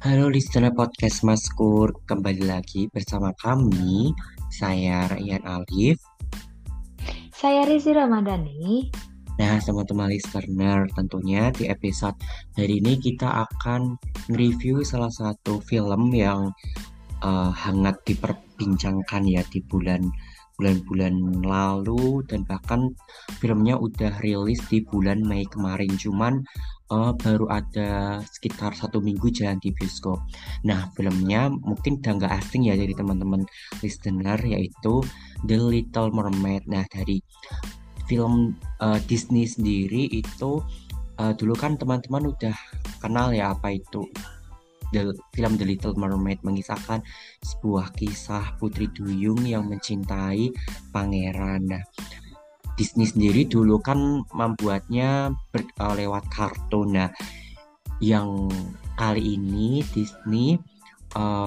Halo listener podcast Maskur, kembali lagi bersama kami, saya Ryan Alif. Saya Rizi Ramadhani. Nah, teman-teman listener, tentunya di episode hari ini kita akan nge-review salah satu film yang hangat diperbincangkan ya di bulan-bulan lalu dan bahkan filmnya udah rilis di bulan Mei kemarin. Cuman baru ada sekitar 1 minggu jalan di bioskop. Nah, filmnya mungkin udah nggak asing ya dari teman-teman listener, yaitu The Little Mermaid. Nah, dari film Disney sendiri itu dulu kan teman-teman udah kenal ya apa itu film The Little Mermaid, mengisahkan sebuah kisah putri duyung yang mencintai pangeran. Nah, Disney sendiri dulu kan membuatnya lewat kartun. Nah, yang kali ini Disney uh,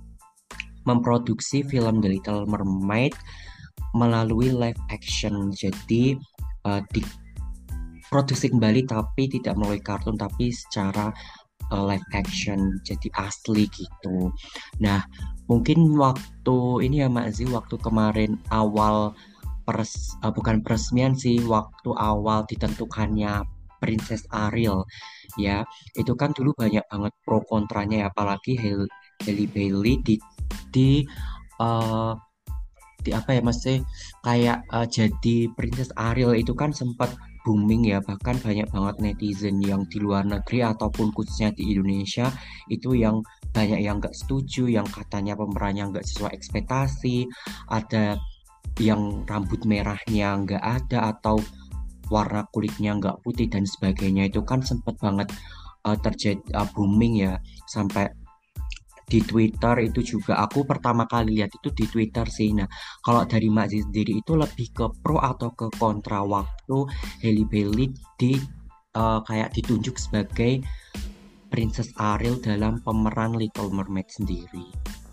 memproduksi film The Little Mermaid melalui live action. Jadi diproduksi kembali tapi tidak melalui kartun tapi secara live action, jadi asli gitu. Nah, mungkin waktu ini ya Mak Zi, waktu kemarin awal bukan peresmian sih, waktu awal ditentukannya Princess Ariel ya, itu kan dulu banyak banget pro kontranya ya, apalagi Halle Bailey di eh, di apa ya Mas sih, kayak jadi Princess Ariel itu kan sempat booming ya, bahkan banyak banget netizen yang di luar negeri ataupun khususnya di Indonesia itu yang banyak yang nggak setuju, yang katanya pemerannya nggak sesuai ekspektasi, ada yang rambut merahnya nggak ada atau warna kulitnya nggak putih dan sebagainya. Itu kan sempat banget terjadi booming ya, sampai di Twitter itu juga. Aku pertama kali lihat itu di Twitter sih. Nah, kalau dari Mbak Ziz sendiri itu lebih ke pro atau ke kontra waktu Halle Bailey kayak ditunjuk sebagai Princess Ariel dalam pemeran Little Mermaid sendiri.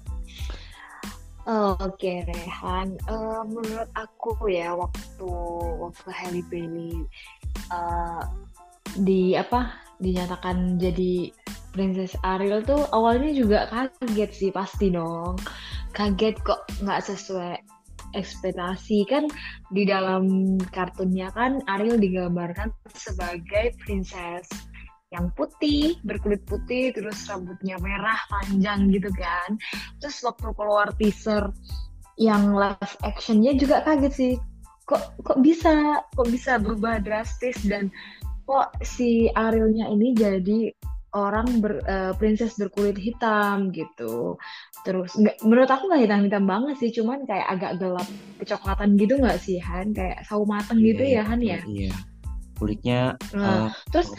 Oke, Rehan. Menurut aku ya, waktu Halle Bailey eh, dinyatakan jadi Princess Ariel tuh awalnya juga kaget sih, pasti dong. Kaget kok nggak sesuai ekspektasi kan. Di dalam kartunnya kan Ariel digambarkan sebagai princess yang putih, berkulit putih, terus rambutnya merah panjang gitu kan. Terus waktu keluar teaser yang live actionnya juga kaget sih. Kok bisa berubah drastis, dan kok si Arielnya ini jadi princess berkulit hitam gitu. Terus menurut aku nggak hitam-hitam banget sih, cuman kayak agak gelap kecoklatan gitu nggak sih Han? Kayak sawo mateng Iya, gitu iya ya Han betul. ya. Iya. Kulitnya Nah, eh terus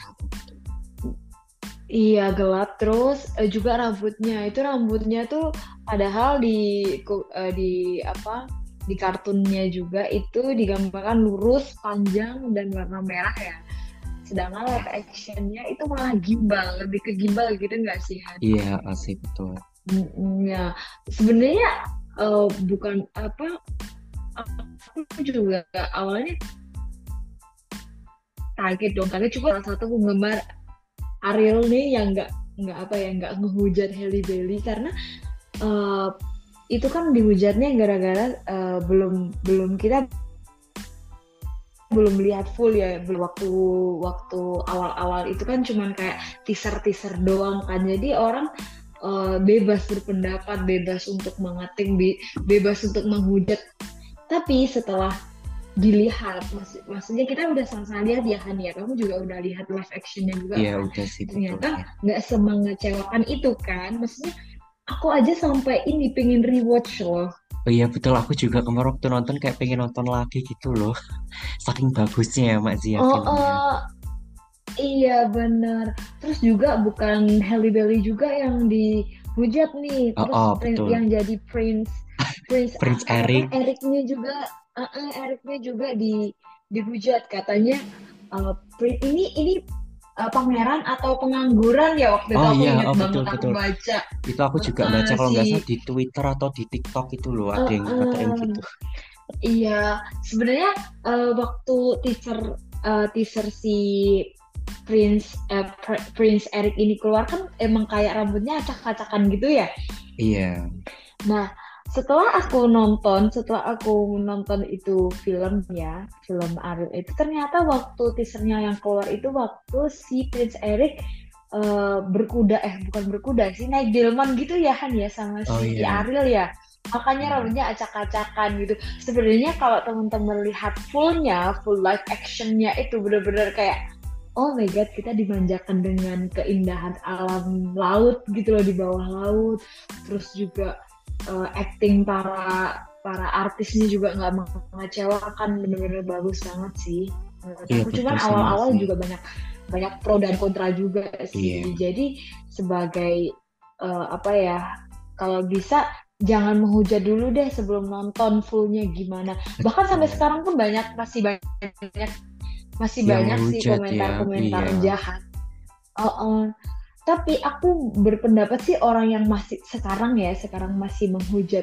iya gelap, terus juga rambutnya tuh padahal di apa di kartunnya juga itu digambarkan lurus, panjang dan warna merah ya. Sedangkan live actionnya itu malah gimbal, lebih ke gimbal gitu nggak sih Han? iya sih betul. Ya, sebenarnya bukan apa, aku juga awalnya kaget dong, karena cuma salah satu penggemar Ariel nih yang nggak ngehujat Halle Bailey, karena eh, itu kan dihujatnya gara-gara belum belum kita belum lihat full ya. Waktu waktu awal-awal itu kan cuman kayak teaser-teaser doang kan, jadi orang bebas berpendapat, bebas untuk mengetik, bebas untuk menghujat. Tapi setelah dilihat, maksudnya kita udah sama-sama lihat ya Han ya, kamu juga udah lihat live actionnya juga Iya kan, udah sih betul ternyata ya. nggak semengecewakan itu kan. Maksudnya aku aja sampai ini pengen rewatch loh. Oh iya betul, aku juga kemarin waktu nonton kayak pengen nonton lagi gitu loh. Saking bagusnya ya Mak Zia Oh, filmnya. iya bener. Terus juga bukan Halle Bailey juga yang dihujat nih. Oh, Terus oh betul. yang jadi Prince Prince Prince apa Eric. Ericnya juga dihujat, katanya ini pangeran atau pengangguran ya, waktu itu Oh aku iya, inget oh betul banget aku betul. baca. Itu aku juga baca kalau nggak salah Si di Twitter atau di TikTok itu loh ada uh, yang ngatain uh, gitu. iya, sebenarnya waktu teaser si Prince Eric ini keluar kan emang kayak rambutnya acak-acakan gitu ya. Iya. Nah, setelah aku nonton itu film ya, film Ariel itu ternyata waktu teasernya yang keluar itu waktu si Prince Eric bukan berkuda sih, naik delman gitu ya Han ya sama Oh si iya. Ariel ya. Makanya Iya. rambutnya acak-acakan gitu. Sebenarnya kalau teman-teman lihat full live actionnya itu bener-bener kayak oh my god, kita dimanjakan dengan keindahan alam laut gitu loh di bawah laut. Terus juga acting para artisnya juga nggak mengecewakan, bener-bener bagus banget sih menurut Iya aku. betul Cuman sama awal-awal sih. juga banyak banyak pro dan kontra juga Iya. sih. Jadi sebagai apa ya, kalau bisa jangan menghujat dulu deh sebelum nonton fullnya gimana. Bahkan sampai Betul. sekarang pun masih Yang banyak sih menghujat ya. komentar-komentar Iya. jahat. Tapi aku berpendapat sih orang yang masih sekarang masih menghujat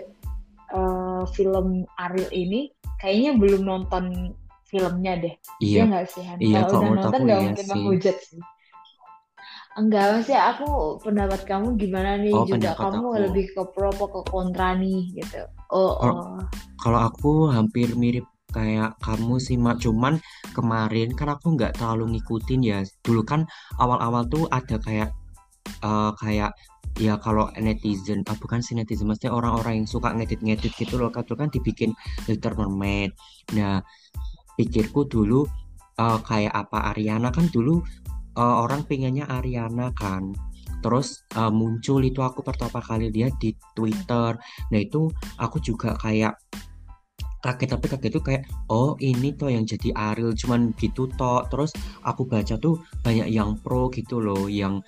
film Ariel ini kayaknya belum nonton filmnya deh. Iya. Ya nggak sih Han? Iya Kalau kalau udah menurut nonton aku nggak iya mungkin sih. menghujat sih. Enggak sih, aku pendapat kamu gimana nih Oh juga pendapat kamu aku. lebih ke pro apa ke kontra nih gitu. Oh, Kalau oh. kalau aku hampir mirip kayak kamu sih Mak. Cuman kemarin kan aku nggak terlalu ngikutin ya. Dulu kan awal-awal tuh ada kayak ya kalau netizen, bukan sih netizen, maksudnya orang-orang yang suka ngedit-ngedit gitu loh, kan tuh kan dibikin Little Mermaid. Nah, pikirku dulu kayak apa Ariana kan dulu orang pengennya Ariana kan. Terus muncul itu aku pertama kali lihat di Twitter. Nah itu aku juga kayak kaget, tapi kaget tuh kayak oh ini toh yang jadi Ariel cuman gitu toh. Terus aku baca tuh banyak yang pro gitu loh,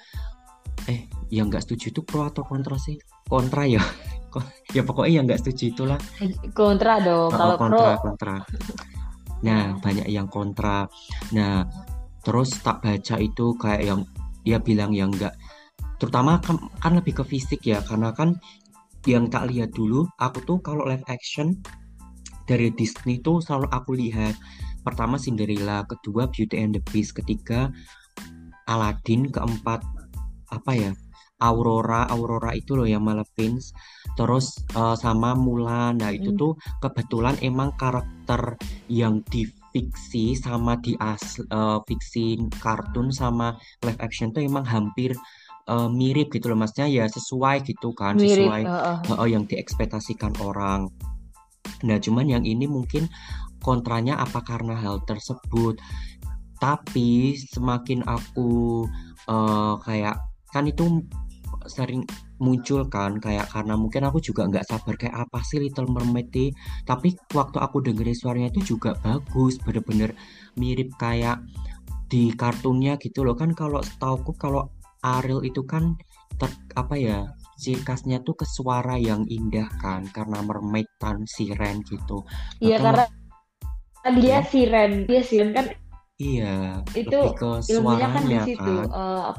yang nggak setuju itu pro atau kontra sih? Kontra ya. Ya pokoknya yang nggak setuju itulah. Kontra dong. Kalau pro, Kontra kontra. Nah nah, banyak yang kontra. Nah terus tak baca itu kayak yang dia bilang yang nggak, terutama kan lebih ke fisik ya, karena kan yang tak lihat dulu aku tuh kalau live action dari Disney tuh selalu aku lihat pertama Cinderella, kedua Beauty and the Beast, ketiga Aladdin, keempat apa ya, Aurora itu loh yang Maleficent, terus sama Mulan. Nah itu mm, tuh kebetulan emang karakter yang di fiksi sama fiksi kartun sama live action tuh emang hampir mirip gitu loh, maksudnya ya sesuai gitu kan, sesuai mirip. yang diekspektasikan orang. Nah cuman yang ini mungkin kontranya apa karena hal tersebut. Tapi semakin aku kayak kan itu sering muncul kan, kayak karena mungkin aku juga nggak sabar kayak apa sih Little Mermaid ini. Tapi waktu aku dengerin suaranya itu juga bagus, bener-bener mirip kayak di kartunnya gitu loh kan. Kalau setauku kalau Ariel itu kan apa ya, ciri khasnya tuh ke suara yang indah kan, karena mermaid kan siren gitu. Iya Bahkan karena ya dia siren kan iya itu lebih ke ilmunya kan di suaranya situ. kan.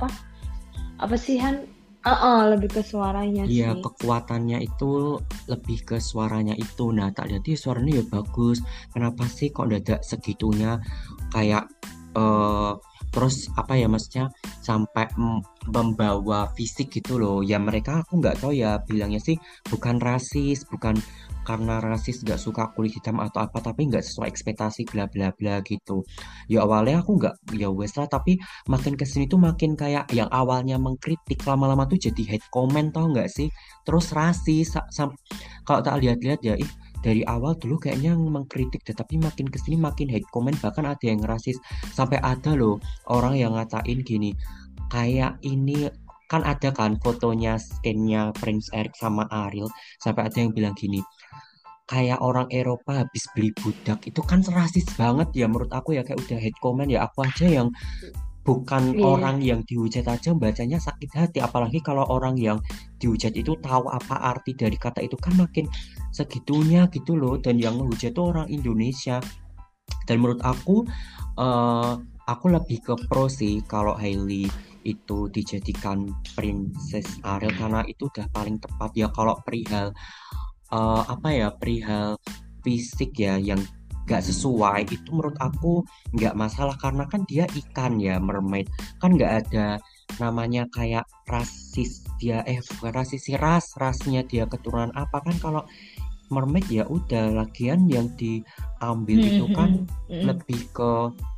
Apa sih Han? Lebih ke suaranya Iya, sih. kekuatannya itu lebih ke suaranya itu. Nah, tak lihat dia suaranya ya bagus. Kenapa sih kok dadak segitunya? Kayak eh terus apa ya maksudnya sampai membawa fisik gitu loh. Ya mereka aku nggak tahu ya, bilangnya sih bukan rasis, bukan karena rasis nggak suka kulit hitam atau apa, tapi nggak sesuai ekspektasi bla bla bla gitu. Ya awalnya aku nggak, ya wes lah, tapi makin kesini tuh makin kayak yang awalnya mengkritik lama-lama tuh jadi hate comment, tau nggak sih? Terus rasis kalau tak lihat-lihat ya dari awal dulu kayaknya mengkritik deh, tapi makin kesini makin hate comment, bahkan ada yang rasis. Sampai ada loh orang yang ngatain gini, kayak ini kan ada kan fotonya scan-nya Prince Eric sama Ariel, sampai ada yang bilang gini kayak orang Eropa habis beli budak. Itu kan rasis banget ya menurut aku ya, kayak udah hate comment. Ya aku aja yang bukan Iya. orang yang dihujat aja bacanya sakit hati, apalagi kalau orang yang dihujat itu tahu apa arti dari kata itu, kan makin segitunya gitu loh. Dan yang menghujat itu orang Indonesia. Dan menurut eh, aku lebih ke pro sih kalau Hailey itu dijadikan Princess Ariel, karena itu udah paling tepat ya. Kalau perihal apa ya, perihal fisik ya yang nggak sesuai, itu menurut aku nggak masalah karena kan dia ikan ya, mermaid kan nggak ada namanya kayak rasis dia, bukan rasis sih, rasnya dia keturunan apa kan. Kalau mermaid ya udah, lagian yang diambil itu kan lebih ke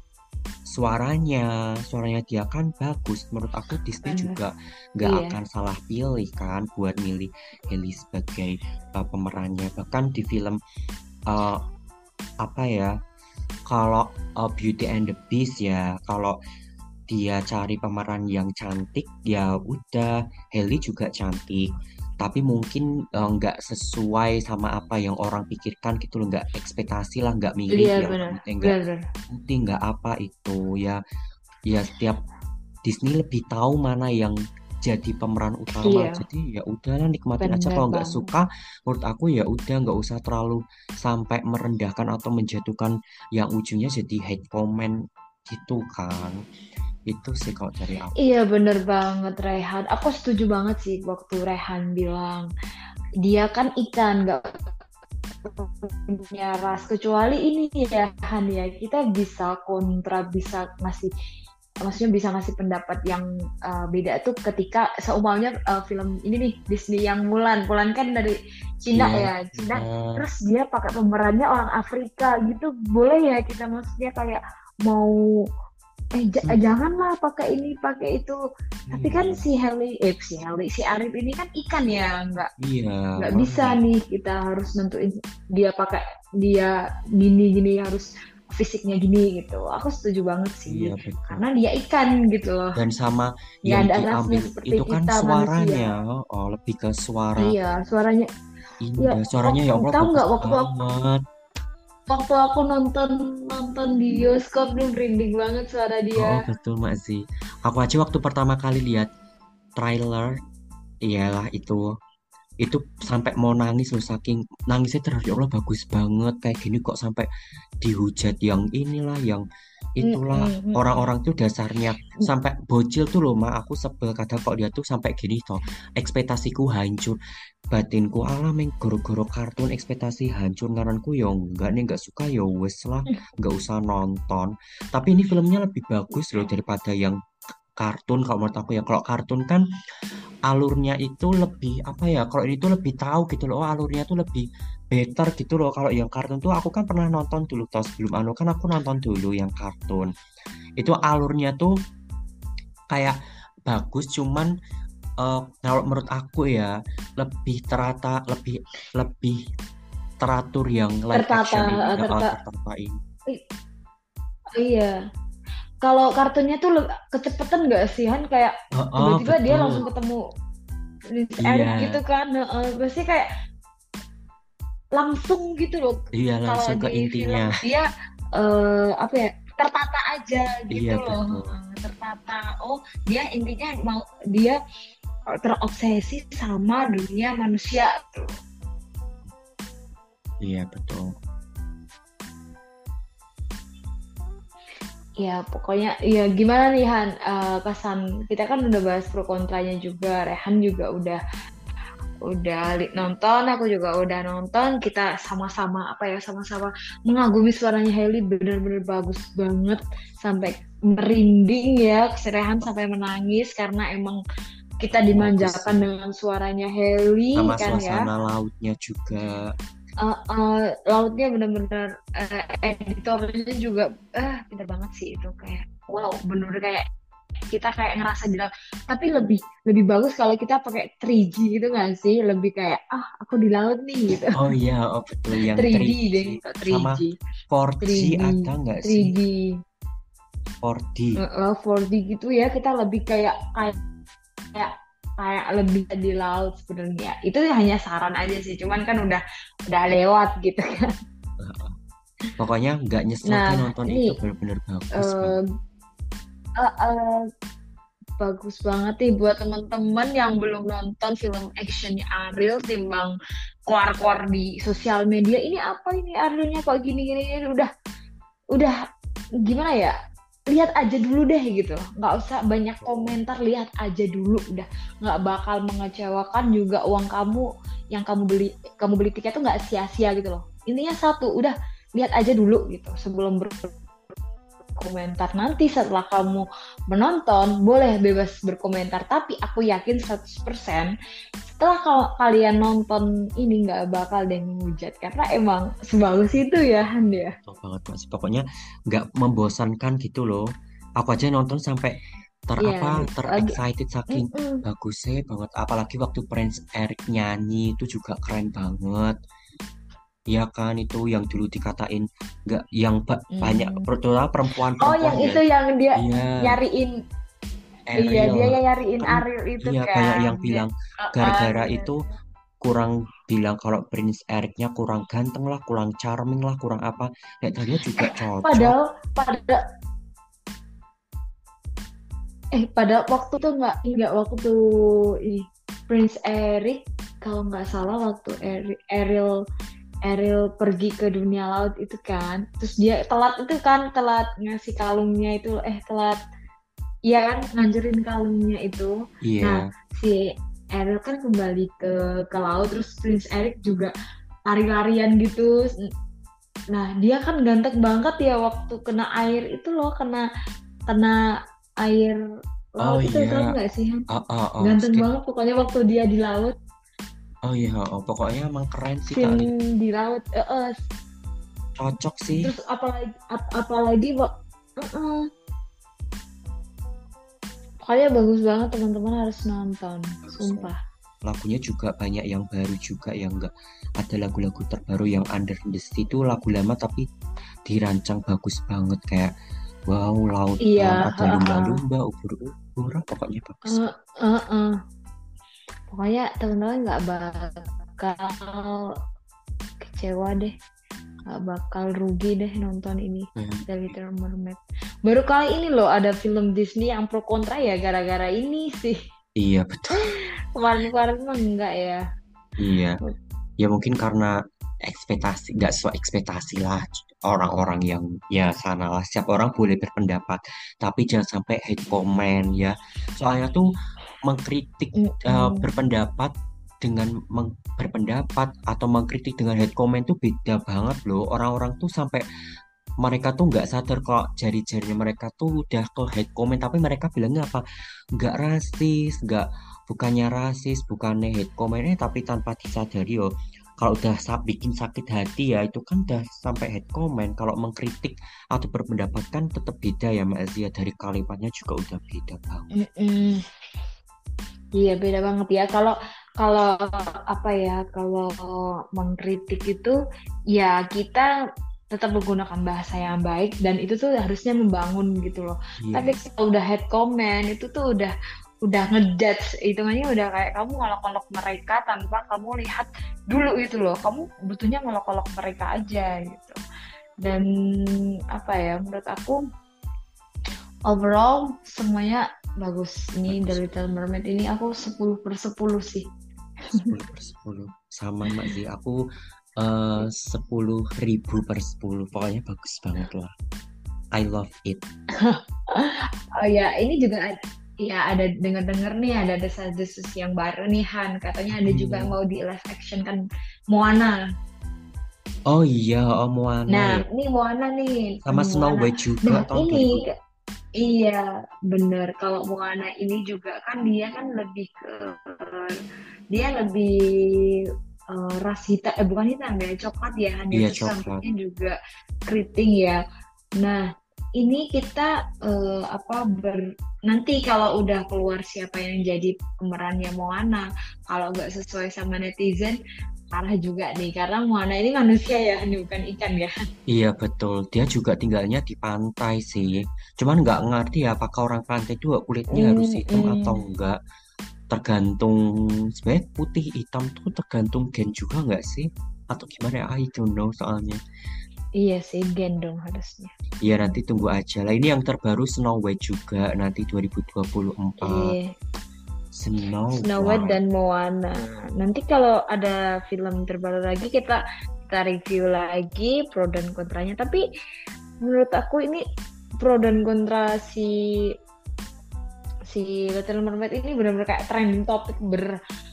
suaranya dia kan bagus. Menurut aku Disney Bener. juga nggak Iya, akan salah pilih kan buat milih Hailey sebagai pemerannya. Bahkan di film uh, apa ya, kalau Beauty and the Beast ya, kalau dia cari pemeran yang cantik ya udah, Hailey juga cantik, tapi mungkin nggak sesuai sama apa yang orang pikirkan gitu loh, nggak ekspektasi lah, nggak mirip iya ya, benar, rambutnya nggak benar. putih, nggak apa itu ya. Ya setiap Disney lebih tahu mana yang jadi pemeran utama, Iya, jadi ya udahlah nikmatin aja. benar Kalau nggak banget. suka, menurut aku ya udah nggak usah terlalu sampai merendahkan atau menjatuhkan yang ujungnya jadi hate comment gitu kan. Itu sih kalau dari aku. Iya bener banget Rehan. Aku setuju banget sih waktu Rehan bilang dia kan ikan nggak punya ras kecuali ini ya Han ya, kita bisa kontra, bisa ngasih, maksudnya bisa ngasih pendapat yang beda tuh ketika seumpamanya film ini nih Disney yang Mulan. Mulan kan dari Cina Iya, ya, Cina, eh, terus dia pakai pemerannya orang Afrika gitu, boleh ya kita maksudnya kayak mau janganlah pakai ini pakai itu. Tapi kan iya, si Arif ini kan ikan ya, iya, nggak bisa mermaid. nih kita harus nentuin dia pakai, dia gini gini harus fisiknya gini gitu. Aku setuju banget sih Iya betul. karena dia ikan gitu loh, Dan sama nggak yang ada rasnya diambil seperti itu kan kita manusia. suaranya, oh lebih ke suara Iya suaranya, ya indah. Suaranya ya waktu Allah tahu bagus nggak banget. waktu aku nonton nonton di bioskop tuh merinding banget suara Oh, dia. oh, betul Mak Zi. Aku aja waktu pertama kali lihat trailer, iyalah itu sampai mau nangis loh, saking nangisnya terus. Ya Allah bagus banget kayak gini kok sampai dihujat yang inilah yang Mm, itulah. mm, mm, Orang-orang tuh dasarnya sampai bocil tuh loh mak, aku sebel kadang kok dia tuh sampai gini toh, ekspektasiku hancur, batinku alam yang goro-goro kartun ekspektasi hancur, ngaranku ya enggak nih, enggak suka ya wes lah, mm. enggak usah nonton. Tapi ini filmnya lebih bagus loh daripada yang kartun kalau menurut aku ya. Kalau kartun kan alurnya itu lebih apa ya, kalau ini tuh lebih tahu gitu loh, oh, alurnya tuh lebih better gitu loh. Kalau yang kartun tuh aku kan pernah nonton dulu toh, sebelum anu kan aku nonton dulu yang kartun, itu alurnya tuh kayak bagus, cuman kalau menurut aku ya lebih terata, lebih lebih teratur yang live Tertata, action ini ya, tertata. tertata ini. Iya, kalau kartunnya tuh kecepatan nggak sih Han, kayak Oh, oh, tiba-tiba dia langsung betul, ketemu Prince Eric iya, gitu kan. Pasti kayak langsung gitu loh. iya Kalau langsung ke di intinya. film dia apa ya, tertata aja Iya gitu loh. betul, Tertata. Oh, dia intinya mau dia terobsesi sama dunia manusia. iya betul. Ya pokoknya ya gimana nih Han, kesan kita kan udah bahas pro kontranya juga, Rehan juga nonton, aku juga udah nonton, kita sama-sama apa ya, sama-sama mengagumi suaranya Hailey, bener-bener bagus banget sampai merinding ya, keserehan sampai menangis karena emang kita Bagus dimanjakan sih. dengan suaranya Hailey Sama kan ya. suasana lautnya juga. Lautnya bener-bener, editornya juga pintar banget sih itu, kayak wow, bener kayak kita kayak ngerasa di laut, tapi lebih lebih bagus kalau kita pakai 3G gitu nggak sih, lebih kayak aku di laut nih gitu. Oh iya, oh betul yang 3D 3G deh, sama 3G 4G 3D ada nggak sih? 3D 4D. 4D gitu ya, kita lebih kayak kayak kayak lebih di laut sebenarnya. Itu hanya saran aja sih, cuman kan udah lewat gitu kan. Pokoknya nggak nyesel deh Nah nonton itu, ini bener-bener bagus eh, banget. eh, eh, bagus banget nih buat teman-teman yang belum nonton film actionnya Ariel, timbang keluar-keluar di sosial media, ini apa ini Arielnya kok gini-gini, udah gimana ya, lihat aja dulu deh gitu, nggak usah banyak komentar, lihat aja dulu, udah nggak bakal mengecewakan juga, uang kamu yang kamu beli tiket tuh nggak sia-sia gitu loh. Intinya satu, udah lihat aja dulu gitu sebelum berkomentar. Nanti setelah kamu menonton boleh bebas berkomentar, tapi aku yakin 100% setelah kalian nonton ini nggak bakal deh menghujat karena emang sebagus itu ya Han ya. Betul banget Mas. Pokoknya nggak membosankan gitu loh. Aku aja nonton sampai Iya, lagi. terexcited saking Mm-mm. bagusnya banget. Apalagi waktu Prince Eric nyanyi itu juga keren banget. Ya kan itu yang dulu dikatain nggak yang banyak Mm. terutama Oh, perempuan-perempuan yang ya. itu yang dia Iya, nyariin. Iya, Ariel dia yang nyariin kan Ariel itu iya banyak kan. yang Dia, bilang gara-gara iya. itu kurang bilang kalau Prince Eric-nya kurang ganteng lah, kurang charming lah, kurang apa. Ya tadinya juga cocok. Padahal pada pada waktu itu nggak waktu ini Prince Eric kalau nggak salah waktu Ariel Ariel pergi ke dunia laut itu kan, terus dia telat itu kan, telat ngasih kalungnya itu, telat, iya kan, ngancurin kalungnya itu. Nah, Iya, si Ariel kan kembali ke laut, terus Prince Eric juga lari-larian gitu. Nah, dia kan ganteng banget ya waktu kena air itu loh, kena kena air oh laut itu, iya, tahu nggak sih Han? oh, oh, oh, Ganteng banget pokoknya waktu dia di laut, oh iya, oh, pokoknya emang keren sih Kak Li. scene di laut. Cocok sih. Terus apalagi pokoknya bagus banget, teman-teman harus nonton, Bagus banget. sumpah. Lagunya juga banyak yang baru juga yang enggak ada lagu-lagu terbaru yang Under the Sea itu lagu lama tapi dirancang bagus banget kayak wow Iya, lautan ada heeh, lumba-lumba ubur-ubur pokoknya bagus heeh, banget. heeh. Pokoknya teman-teman nggak bakal kecewa deh, nggak bakal rugi deh nonton ini, Hmm, The Little Mermaid. Baru kali ini loh ada film Disney yang pro kontra ya gara-gara ini sih. iya betul. Kemarin-kemarin mah enggak ya. Iya ya mungkin karena ekspektasi nggak sesuai ekspektasi lah orang-orang yang ya sana lah setiap orang boleh berpendapat tapi jangan sampai hate comment ya soalnya tuh mengkritik Mm-mm. berpendapat dengan berpendapat atau mengkritik dengan hate comment tuh beda banget loh orang-orang tuh sampai mereka tuh nggak sadar kok jari-jarinya mereka tuh udah ke hate comment tapi mereka bilangnya apa nggak rasis nggak bukannya rasis bukannya hate comment tapi tanpa disadari yo kalau udah bikin sakit hati ya itu kan udah sampai hate comment kalau mengkritik atau berpendapat kan tetap beda ya Mbak Zia dari kalimatnya juga udah beda banget. Mm-mm. Iya beda banget ya. Kalau kalau apa ya, kalau mengkritik itu ya kita tetap menggunakan bahasa yang baik dan itu tuh harusnya membangun gitu loh. Tapi Iya kalau udah head comment itu tuh udah ngejudge, hitungannya udah kayak kamu ngolok-ngolok mereka tanpa kamu lihat dulu gitu loh. Kamu butuhnya ngolok-ngolok mereka aja gitu. Dan apa ya, menurut aku overall semuanya bagus. Ini The bagus Little Mermaid ini aku 10/10 sih. 10/10 sama Mbak Zia aku 10.000/10 pokoknya bagus banget lah I love it. Oh ya, ini juga ya ada dengar-dengar nih ada desas-desus yang baru nih Han. Katanya ada juga yang Hmm. mau di live action kan, Moana. Oh iya, oh Moana Nah, ya. ini Moana nih, Sama Snow Moana. White juga Nah, tahun ini 2000. iya bener, kalau Moana ini juga kan dia kan lebih ke, dia lebih ras hitam, bukan hitam ya, coklat ya Han ya, Iya terus coklat. rambutnya juga keriting ya. Nah, ini kita apa nanti kalau udah keluar siapa yang jadi pemerannya Moana, kalau nggak sesuai sama netizen, parah juga nih karena Moana ini manusia ya, bukan ikan ya. Iya betul. Dia juga tinggalnya di pantai sih. Cuman nggak ngerti ya apakah orang pantai itu kulitnya harus hitam atau Mm-mm. enggak. Tergantung sebenarnya putih hitam tuh tergantung gen juga nggak sih? Atau gimana ya? I don't know soalnya. Iya sih, gendong harusnya. Iya nanti tunggu aja lah. Ini yang terbaru Snow White juga nanti 2024. Iya, Snow Snow White White. dan Moana. Nanti kalau ada film terbaru lagi kita review lagi pro dan kontranya. Tapi menurut aku ini pro dan kontra si Little Mermaid ini benar-benar kayak trending topik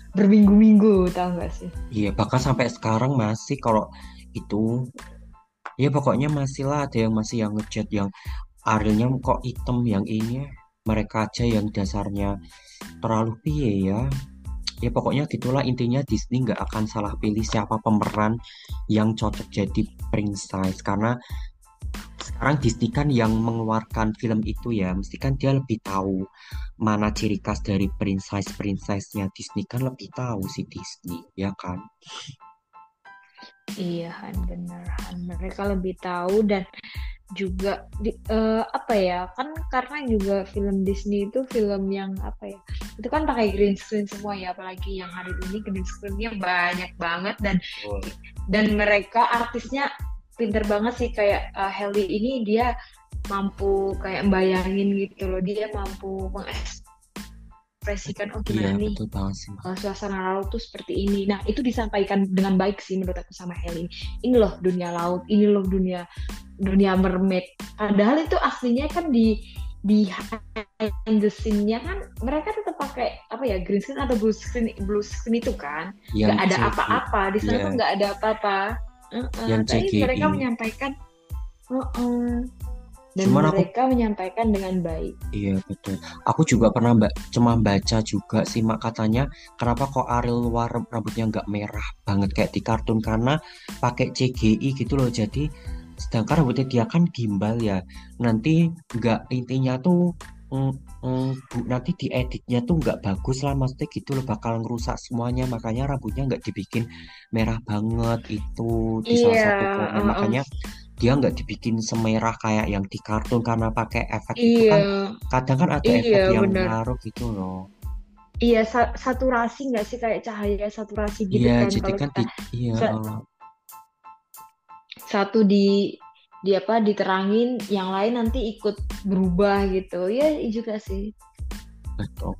berminggu-minggu, tau gak sih? Iya bahkan sampai sekarang masih kalau itu Ya pokoknya masih lah ada yang masih yang ngechat yang Arielnya kok item yang ini mereka aja yang dasarnya terlalu piye ya. Ya pokoknya gitulah intinya Disney nggak akan salah pilih siapa pemeran yang cocok jadi princess karena sekarang Disney kan yang mengeluarkan film itu ya mesti kan dia lebih tahu mana ciri khas dari princess-princessnya Disney kan lebih tahu si Disney ya kan. Iya Han, bener Han. Mereka lebih tahu dan juga apa ya kan karena juga film Disney itu film yang apa ya itu kan pakai green screen semua ya apalagi yang hari ini green screennya banyak banget Betul. dan mereka artisnya pinter banget sih kayak Halle ini dia mampu kayak bayangin gitu loh dia mampu mengekspresikan oh Iya gimana nih betul banget sih. suasana laut tuh seperti ini. Nah, itu disampaikan dengan baik sih menurut aku sama Heli. Ini loh dunia laut, ini loh dunia dunia mermaid. Padahal itu aslinya kan di behind the scene-nya kan mereka tetap pakai apa ya green screen atau blue screen itu kan Yang nggak ada CG apa-apa di sana ya tuh nggak ada apa-apa. yang Tapi CGI. mereka menyampaikan uh-uh. Dan Cuman aku mereka menyampaikan dengan baik. iya betul. Aku juga pernah cuma baca juga sih mak katanya kenapa kok Ariel luar rambutnya nggak merah banget kayak di kartun karena pakai CGI gitu loh. Jadi sedangkan rambutnya dia kan gimbal ya. Nanti nggak intinya tuh mm, nanti dieditnya tuh nggak bagus lah maksudnya gitu loh bakal ngerusak semuanya makanya rambutnya nggak dibikin merah banget itu di salah Iya, satu komen makanya dia nggak dibikin semerah kayak yang di kartun karena pakai efek itu iya, kan kadang kan ada iya efek yang benar. ngaruh gitu loh. Iya, saturasi nggak sih kayak cahaya saturasi gitu Iya kan jadi kalau kan kita iya satu di apa diterangin, yang lain nanti ikut berubah gitu. Ya iya juga sih. betul.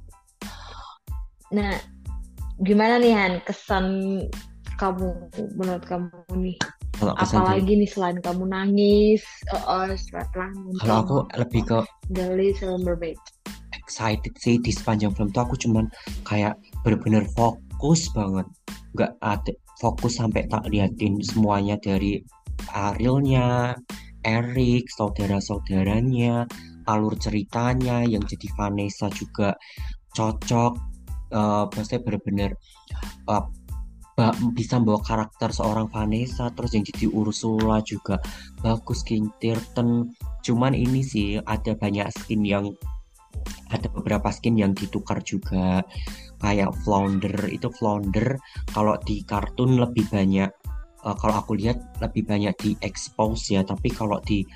Nah, gimana nih Han kesan kamu menurut kamu nih? Kalau kesan dari Apalagi nih selain kamu nangis, setelah kalau nonton aku lebih ke The Little Mermaid. excited sih di sepanjang film tuh aku cuman kayak bener-bener fokus banget nggak ada fokus sampai tak liatin semuanya dari Arielnya, Eric, saudara-saudaranya, alur ceritanya yang jadi Vanessa juga cocok, maksudnya bener-bener uh, bisa bawa karakter seorang Vanessa terus yang jadi Ursula juga bagus King Tirton cuman ini sih ada banyak skin yang ada beberapa skin yang ditukar juga kayak Flounder itu Flounder kalau di kartun lebih banyak kalau aku lihat lebih banyak di expose ya tapi kalau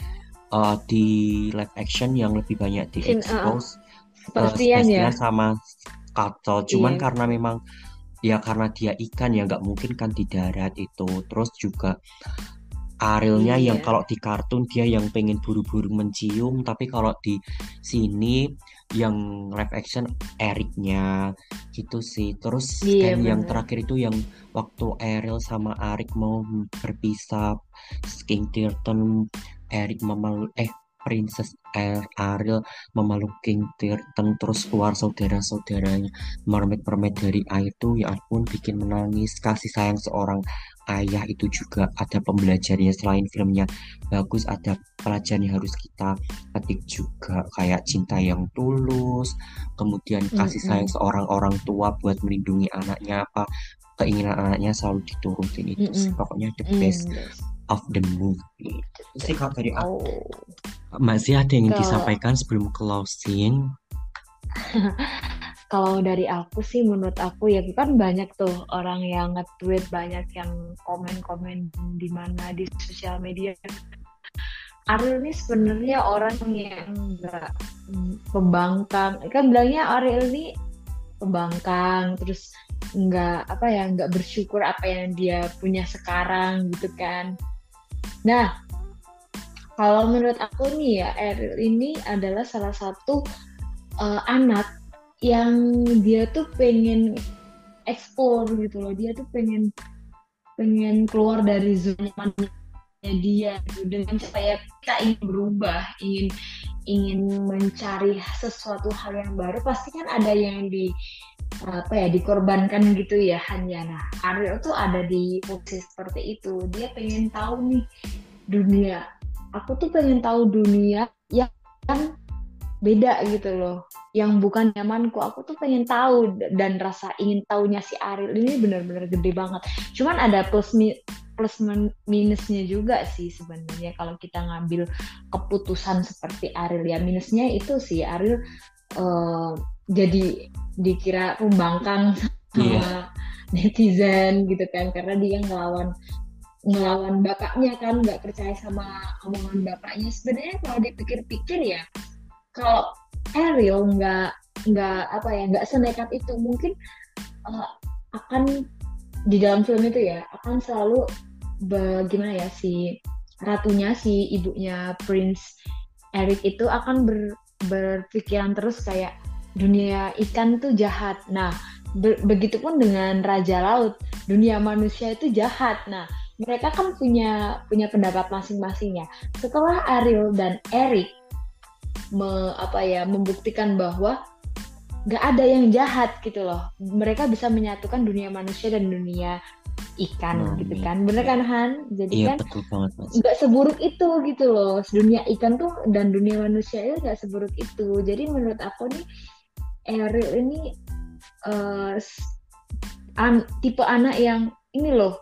di live action yang lebih banyak di Sin, expose Sebastian ya. Sebastian sama Kato cuman Iya, karena memang ya karena dia ikan ya nggak mungkin kan di darat itu terus juga Arielnya yang iya, kalau di kartun dia yang pengen buru-buru mencium tapi kalau di sini yang live action Ericnya gitu sih terus iya kan yang bener. terakhir itu yang waktu Ariel sama Arik mau berpisah King Turtle Eric Princess Ariel memeluk King Turtle terus keluar saudara-saudaranya mermaid-mermaid dari air itu ya ampun bikin menangis kasih sayang seorang ayah itu juga ada pembelajarannya selain filmnya bagus ada pelajaran yang harus kita petik juga kayak cinta yang tulus kemudian kasih sayang Mm-mm. seorang orang tua buat melindungi anaknya apa keinginan anaknya selalu diturutin itu sih Mm-mm. pokoknya the best Mm. of the movie itu sih kalau dari aku Oh, masih ada yang ingin kalau disampaikan sebelum closing. kalau dari aku sih, menurut aku ya kan banyak tuh orang yang nge-tweet, banyak yang komen-komen di mana di sosial media. Ariel ini sebenarnya orang yang nggak pembangkang. Kan bilangnya Ariel ini pembangkang, terus nggak apa ya, nggak bersyukur apa yang dia punya sekarang gitu kan. Nah, kalau menurut aku nih ya, Ariel ini adalah salah satu anak yang dia tuh pengen explore gitu loh. Dia tuh pengen pengen keluar dari zona nyamannya dia gitu. Dengan supaya kita ingin berubah, ingin ingin mencari sesuatu hal yang baru, pasti kan ada yang di apa ya dikorbankan gitu ya hanya. Nah, Ariel tuh ada di posisi seperti itu. Dia pengen tahu nih dunia. Aku tuh pengen tahu dunia yang beda gitu loh, yang bukan nyamanku. Aku tuh pengen tahu, dan rasa ingin tahunya si Ariel ini benar-benar gede banget. Cuman ada minusnya juga sih sebenarnya kalau kita ngambil keputusan seperti Ariel ya. Minusnya itu sih Ariel eh, jadi dikira pembangkang Iya, sama netizen gitu kan, karena dia ngelawan ngelawan bapaknya kan, nggak percaya sama omongan bapaknya. Sebenarnya kalau dipikir-pikir ya, kalau Ariel nggak apa ya, nggak senekat itu, mungkin eh, akan di dalam film itu ya akan selalu bagaimana ya, si ratunya, si ibunya Prince Eric itu akan berpikiran terus kayak dunia ikan tuh jahat. Nah, begitupun dengan Raja Laut, dunia manusia itu jahat. Nah, mereka kan punya punya pendapat masing-masing ya. Setelah Ariel dan Eric membuktikan bahwa nggak ada yang jahat gitu loh. Mereka bisa menyatukan dunia manusia dan dunia ikan gitu mami. kan. Bener Iya, kan Han? Jadi iya kan betul banget Mas. nggak seburuk itu gitu loh. Dunia ikan tuh dan dunia manusia itu nggak seburuk itu. Jadi menurut aku nih, Ariel ini eh, tipe anak yang ini loh,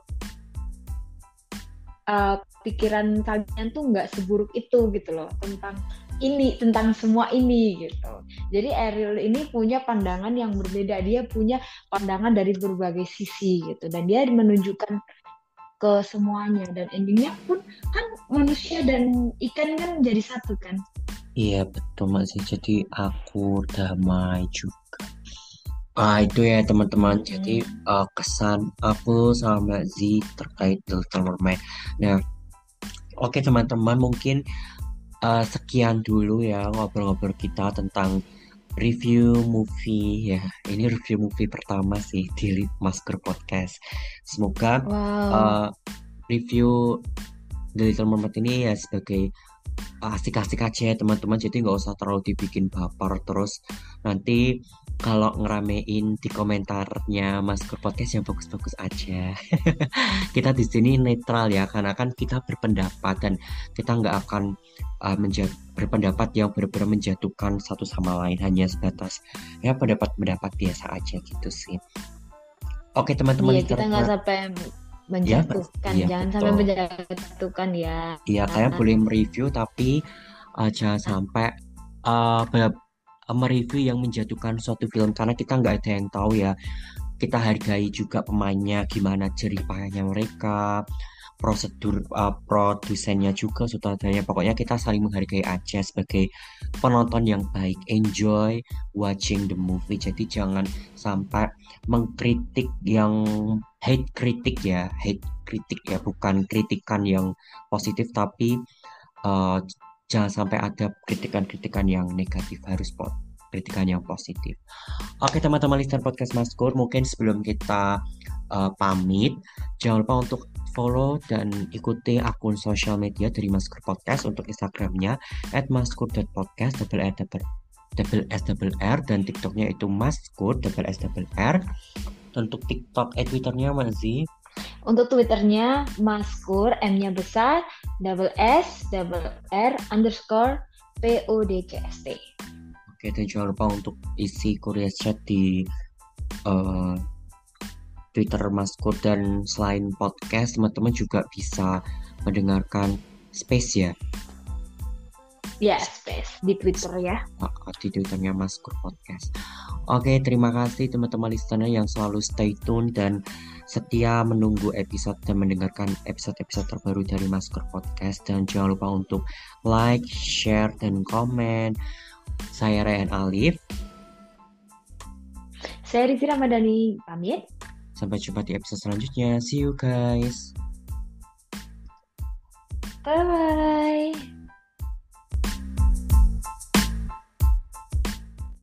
pikiran kalian tuh nggak seburuk itu gitu loh, tentang ini, tentang semua ini gitu. Jadi Ariel ini punya pandangan yang berbeda, dia punya pandangan dari berbagai sisi gitu, dan dia menunjukkan ke semuanya, dan endingnya pun kan manusia dan ikan kan jadi satu kan. Iya betul Mas. Jadi aku damai juga. Itu ya teman-teman. Jadi Mm-mm. kesan aku sama Z terkait The Little Mermaid. Nah, oke teman-teman, mungkin sekian dulu ya ngobrol-ngobrol kita tentang review movie ya. Ini review movie pertama sih di Masker Podcast. Semoga Wow. uh, review The Little Mermaid ini ya sebagai asik-asik aja ya teman-teman, jadi nggak usah terlalu dibikin baper terus nanti kalau ngeramein di komentarnya Masker Podcast yang bagus-bagus aja. Kita di sini netral ya, karena kan kita berpendapat dan kita nggak akan berpendapat yang benar-benar menjatuhkan satu sama lain, hanya sebatas ya pendapat-pendapat biasa aja gitu sih. Oke teman-teman Iya, kita listener, nggak sampai ya Mas, menjatuhkan, iya jangan sampai betul. menjatuhkan ya. Iya, kalian boleh mereview tapi jangan sampai mereview yang menjatuhkan suatu film, karena kita nggak ada yang tahu ya. Kita hargai juga pemainnya, gimana jerih payahnya mereka, prosedur produsennya juga, sutradaranya. Pokoknya kita saling menghargai aja sebagai penonton yang baik. Enjoy watching the movie. Jadi jangan sampai mengkritik yang hate kritik ya, bukan kritikan yang positif, tapi eh, jangan sampai ada kritikan-kritikan yang negatif, harus kritikan yang positif. Oke teman-teman listener podcast Maskur, mungkin sebelum kita pamit, jangan lupa untuk follow dan ikuti akun sosial media dari Maskur Podcast. Untuk Instagramnya @maskur.podcast double S double R, dan TikToknya itu Maskur double S double R. Untuk TikTok Twitternya Mazi. Untuk Twitternya Maskur, M-nya besar, double S, double R, underscore, PODCST. Oke, dan jangan lupa untuk isi Korea Chat di eh, Twitter Maskur, dan selain podcast teman-teman juga bisa mendengarkan Space ya. Ya, space di Twitter ya. Di Twitternya Maskur Podcast. Oke, terima kasih teman-teman listener yang selalu stay tune dan setia menunggu episode dan mendengarkan episode-episode terbaru dari Maskur Podcast. Dan jangan lupa untuk like, share, dan komen. Saya Ryan Alif. Saya Rizi Ramadhani, pamit. Sampai jumpa di episode selanjutnya. See you guys. Bye-bye.